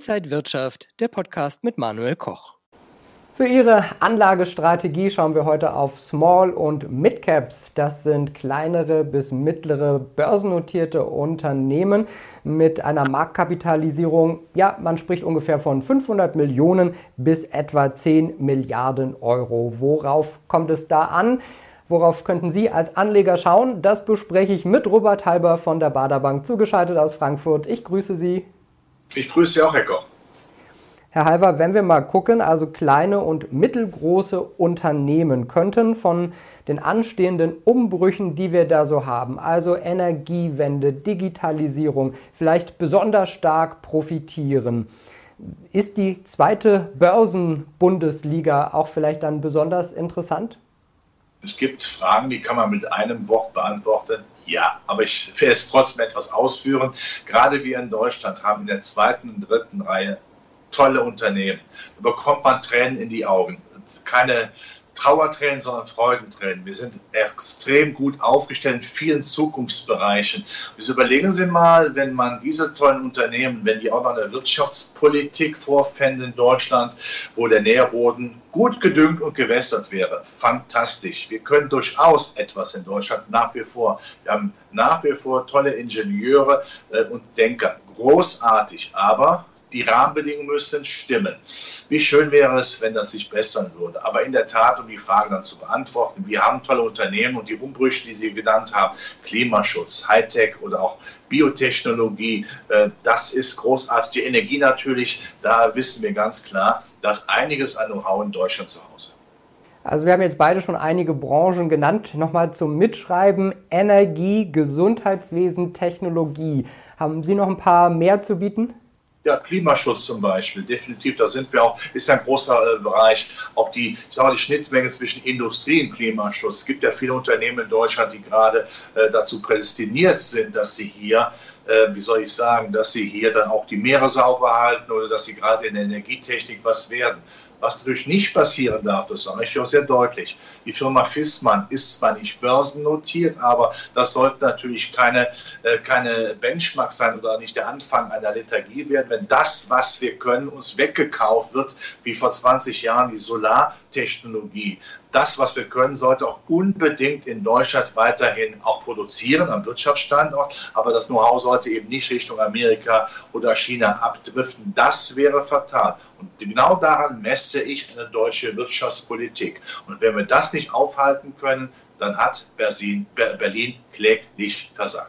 Inside Wirtschaft, der Podcast mit Manuel Koch. Für Ihre Anlagestrategie schauen wir heute auf Small- und Mid-Caps. Das sind kleinere bis mittlere börsennotierte Unternehmen mit einer Marktkapitalisierung, ja, man spricht ungefähr von 500 Millionen bis etwa 10 Milliarden Euro. Worauf kommt es da an? Worauf könnten Sie als Anleger schauen? Das bespreche ich mit Robert Halber von der Baader Bank, zugeschaltet aus Frankfurt. Ich grüße Sie. Ich grüße Sie auch, Herr Koch. Herr Halver, wenn wir mal gucken, also kleine und mittelgroße Unternehmen könnten von den anstehenden Umbrüchen, die wir da so haben, also Energiewende, Digitalisierung, vielleicht besonders stark profitieren. Ist die zweite Börsenbundesliga auch vielleicht dann besonders interessant? Es gibt Fragen, die kann man mit einem Wort beantworten. Ja, aber ich will jetzt trotzdem etwas ausführen. Gerade wir in Deutschland haben in der zweiten und dritten Reihe tolle Unternehmen. Da bekommt man Tränen in die Augen. Keine Trauertränen, sondern Freudentränen. Wir sind extrem gut aufgestellt in vielen Zukunftsbereichen. Jetzt überlegen Sie mal, wenn man diese tollen Unternehmen, wenn die auch noch eine Wirtschaftspolitik vorfänden in Deutschland, wo der Nährboden gut gedüngt und gewässert wäre. Fantastisch. Wir können durchaus etwas in Deutschland nach wie vor. Wir haben nach wie vor tolle Ingenieure und Denker. Großartig, aber die Rahmenbedingungen müssen stimmen. Wie schön wäre es, wenn das sich bessern würde. Aber in der Tat, um die Fragen dann zu beantworten, wir haben tolle Unternehmen und die Umbrüche, die Sie genannt haben, Klimaschutz, Hightech oder auch Biotechnologie, das ist großartig. Die Energie natürlich, da wissen wir ganz klar, dass einiges an Know-how in Deutschland zu Hause. Also wir haben jetzt beide schon einige Branchen genannt. Nochmal zum Mitschreiben: Energie, Gesundheitswesen, Technologie. Haben Sie noch ein paar mehr zu bieten? Ja, Klimaschutz zum Beispiel, definitiv, da sind wir auch, ist ein großer Bereich. Auch die Schnittmenge zwischen Industrie und Klimaschutz. Es gibt ja viele Unternehmen in Deutschland, die gerade dazu prädestiniert sind, dass sie hier, dass sie hier dann auch die Meere sauber halten oder dass sie gerade in der Energietechnik was werden. Was natürlich nicht passieren darf, das sage ich auch sehr deutlich. Die Firma Viessmann ist zwar nicht börsennotiert, aber das sollte natürlich keine Benchmark sein oder nicht der Anfang einer Lethargie werden. Wenn das, was wir können, uns weggekauft wird, wie vor 20 Jahren die Solartechnologie, das, was wir können, sollte auch unbedingt in Deutschland weiterhin auch produzieren, am Wirtschaftsstandort. Aber das Know-how sollte eben nicht Richtung Amerika oder China abdriften. Das wäre fatal. Und genau daran messe ich eine deutsche Wirtschaftspolitik. Und wenn wir das nicht aufhalten können, dann hat Berlin kläglich versagt.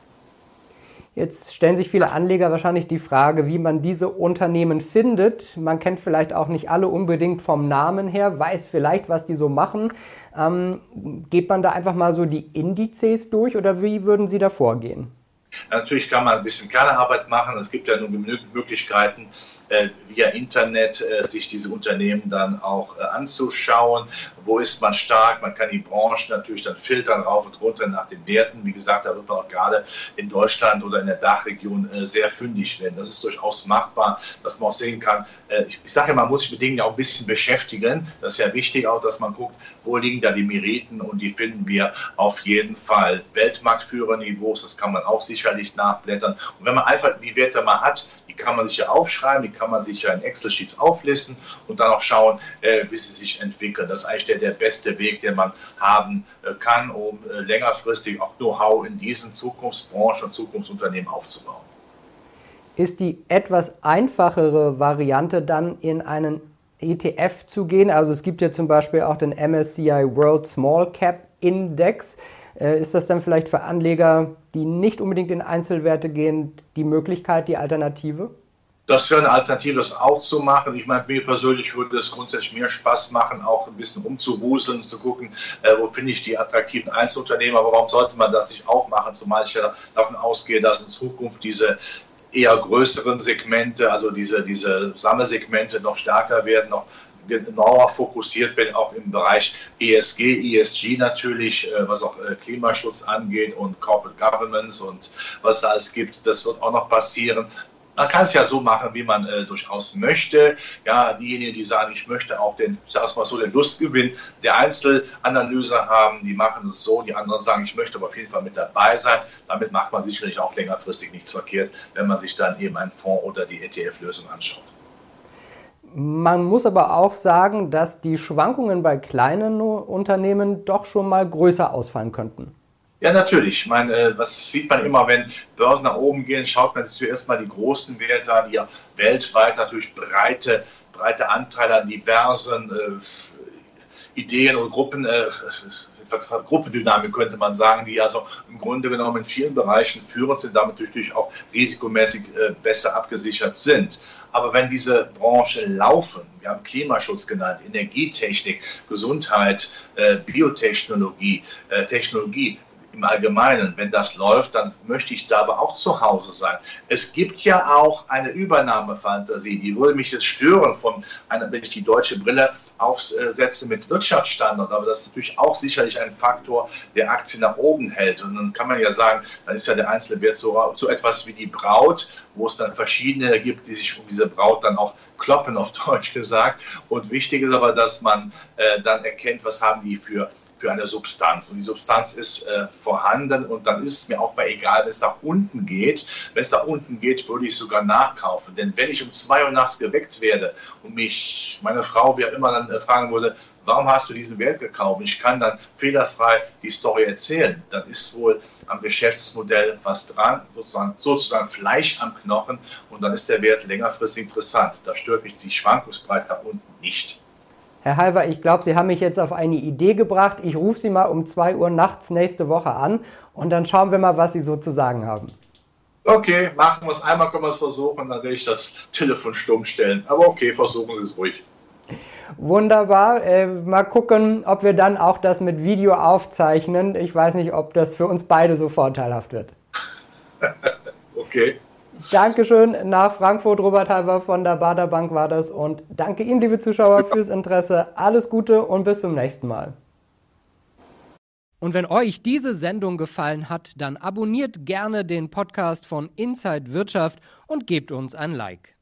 Jetzt stellen sich viele Anleger wahrscheinlich die Frage, wie man diese Unternehmen findet. Man kennt vielleicht auch nicht alle unbedingt vom Namen her, weiß vielleicht, was die so machen. Geht man da einfach mal so die Indizes durch oder wie würden Sie da vorgehen? Natürlich kann man ein bisschen Kernarbeit machen. Es gibt ja nun genügend Möglichkeiten, via Internet sich diese Unternehmen dann auch anzuschauen. Wo ist man stark? Man kann die Branchen natürlich dann filtern, rauf und runter nach den Werten. Wie gesagt, da wird man auch gerade in Deutschland oder in der Dachregion sehr fündig werden. Das ist durchaus machbar, dass man auch sehen kann. Ich sage ja, man muss sich mit Dingen ja auch ein bisschen beschäftigen. Das ist ja wichtig auch, dass man guckt, wo liegen da die Meriten, und die finden wir auf jeden Fall. Weltmarktführerniveaus, das kann man auch sicherlich nachblättern. Und wenn man einfach die Werte mal hat, die kann man sich ja aufschreiben, die kann man sich ja in Excel-Sheets auflisten und dann auch schauen, wie sie sich entwickeln. Das ist eigentlich der beste Weg, den man haben kann, um längerfristig auch Know-how in diesen Zukunftsbranchen und Zukunftsunternehmen aufzubauen. Ist die etwas einfachere Variante dann in einen ETF zu gehen? Also es gibt ja zum Beispiel auch den MSCI World Small Cap Index. Ist das dann vielleicht für Anleger, die nicht unbedingt in Einzelwerte gehen, die Möglichkeit, die Alternative? Das wäre eine Alternative, das auch zu machen. Ich meine, mir persönlich würde es grundsätzlich mehr Spaß machen, auch ein bisschen rumzuwuseln, zu gucken, wo finde ich die attraktiven Einzelunternehmen. Aber warum sollte man das nicht auch machen? Zumal ich ja davon ausgehe, dass in Zukunft diese eher größeren Segmente, also diese Sammelsegmente noch stärker werden, noch genauer fokussiert bin, auch im Bereich ESG natürlich, was auch Klimaschutz angeht und Corporate Governance und was da alles gibt. Das wird auch noch passieren. Man kann es ja so machen, wie man durchaus möchte. Ja, diejenigen, die sagen, ich möchte auch den Lustgewinn der Einzelanalyse haben, die machen es so. Die anderen sagen, ich möchte aber auf jeden Fall mit dabei sein. Damit macht man sicherlich auch längerfristig nichts verkehrt, wenn man sich dann eben einen Fonds oder die ETF-Lösung anschaut. Man muss aber auch sagen, dass die Schwankungen bei kleinen Unternehmen doch schon mal größer ausfallen könnten. Ja, natürlich. Ich meine, was sieht man immer, wenn Börsen nach oben gehen, schaut man sich zuerst mal die großen Werte an, die ja weltweit natürlich breite Anteile an diversen Ideen und Gruppendynamik könnte man sagen, die also im Grunde genommen in vielen Bereichen führend sind, damit natürlich auch risikomäßig besser abgesichert sind. Aber wenn diese Branchen laufen, wir haben Klimaschutz genannt, Energietechnik, Gesundheit, Biotechnologie, Technologie, im Allgemeinen, wenn das läuft, dann möchte ich da aber auch zu Hause sein. Es gibt ja auch eine Übernahmefantasie, die würde mich jetzt stören, wenn ich die deutsche Brille aufsetze mit Wirtschaftsstandort, aber das ist natürlich auch sicherlich ein Faktor, der Aktien nach oben hält. Und dann kann man ja sagen, dann ist ja der einzelne Wert so etwas wie die Braut, wo es dann verschiedene gibt, die sich um diese Braut dann auch kloppen, auf Deutsch gesagt. Und wichtig ist aber, dass man dann erkennt, was haben die für eine Substanz. Und die Substanz ist vorhanden und dann ist es mir auch mal egal, wenn es nach unten geht. Wenn es nach unten geht, würde ich sogar nachkaufen. Denn wenn ich um 2 Uhr nachts geweckt werde und meine Frau wie auch immer dann fragen würde, warum hast du diesen Wert gekauft? Ich kann dann fehlerfrei die Story erzählen. Dann ist wohl am Geschäftsmodell was dran, sozusagen Fleisch am Knochen und dann ist der Wert längerfristig interessant. Da stört mich die Schwankungsbreite nach unten nicht. Herr Halver, ich glaube, Sie haben mich jetzt auf eine Idee gebracht. Ich rufe Sie mal um 2 Uhr nachts nächste Woche an und dann schauen wir mal, was Sie so zu sagen haben. Okay, machen wir es. Einmal können wir es versuchen, dann werde ich das Telefon stumm stellen. Aber okay, versuchen Sie es ruhig. Wunderbar. Mal gucken, ob wir dann auch das mit Video aufzeichnen. Ich weiß nicht, ob das für uns beide so vorteilhaft wird. Okay. Dankeschön nach Frankfurt, Robert Halver von der Baader Bank war das und danke Ihnen, liebe Zuschauer, fürs Interesse. Alles Gute und bis zum nächsten Mal. Und wenn euch diese Sendung gefallen hat, dann abonniert gerne den Podcast von Inside Wirtschaft und gebt uns ein Like.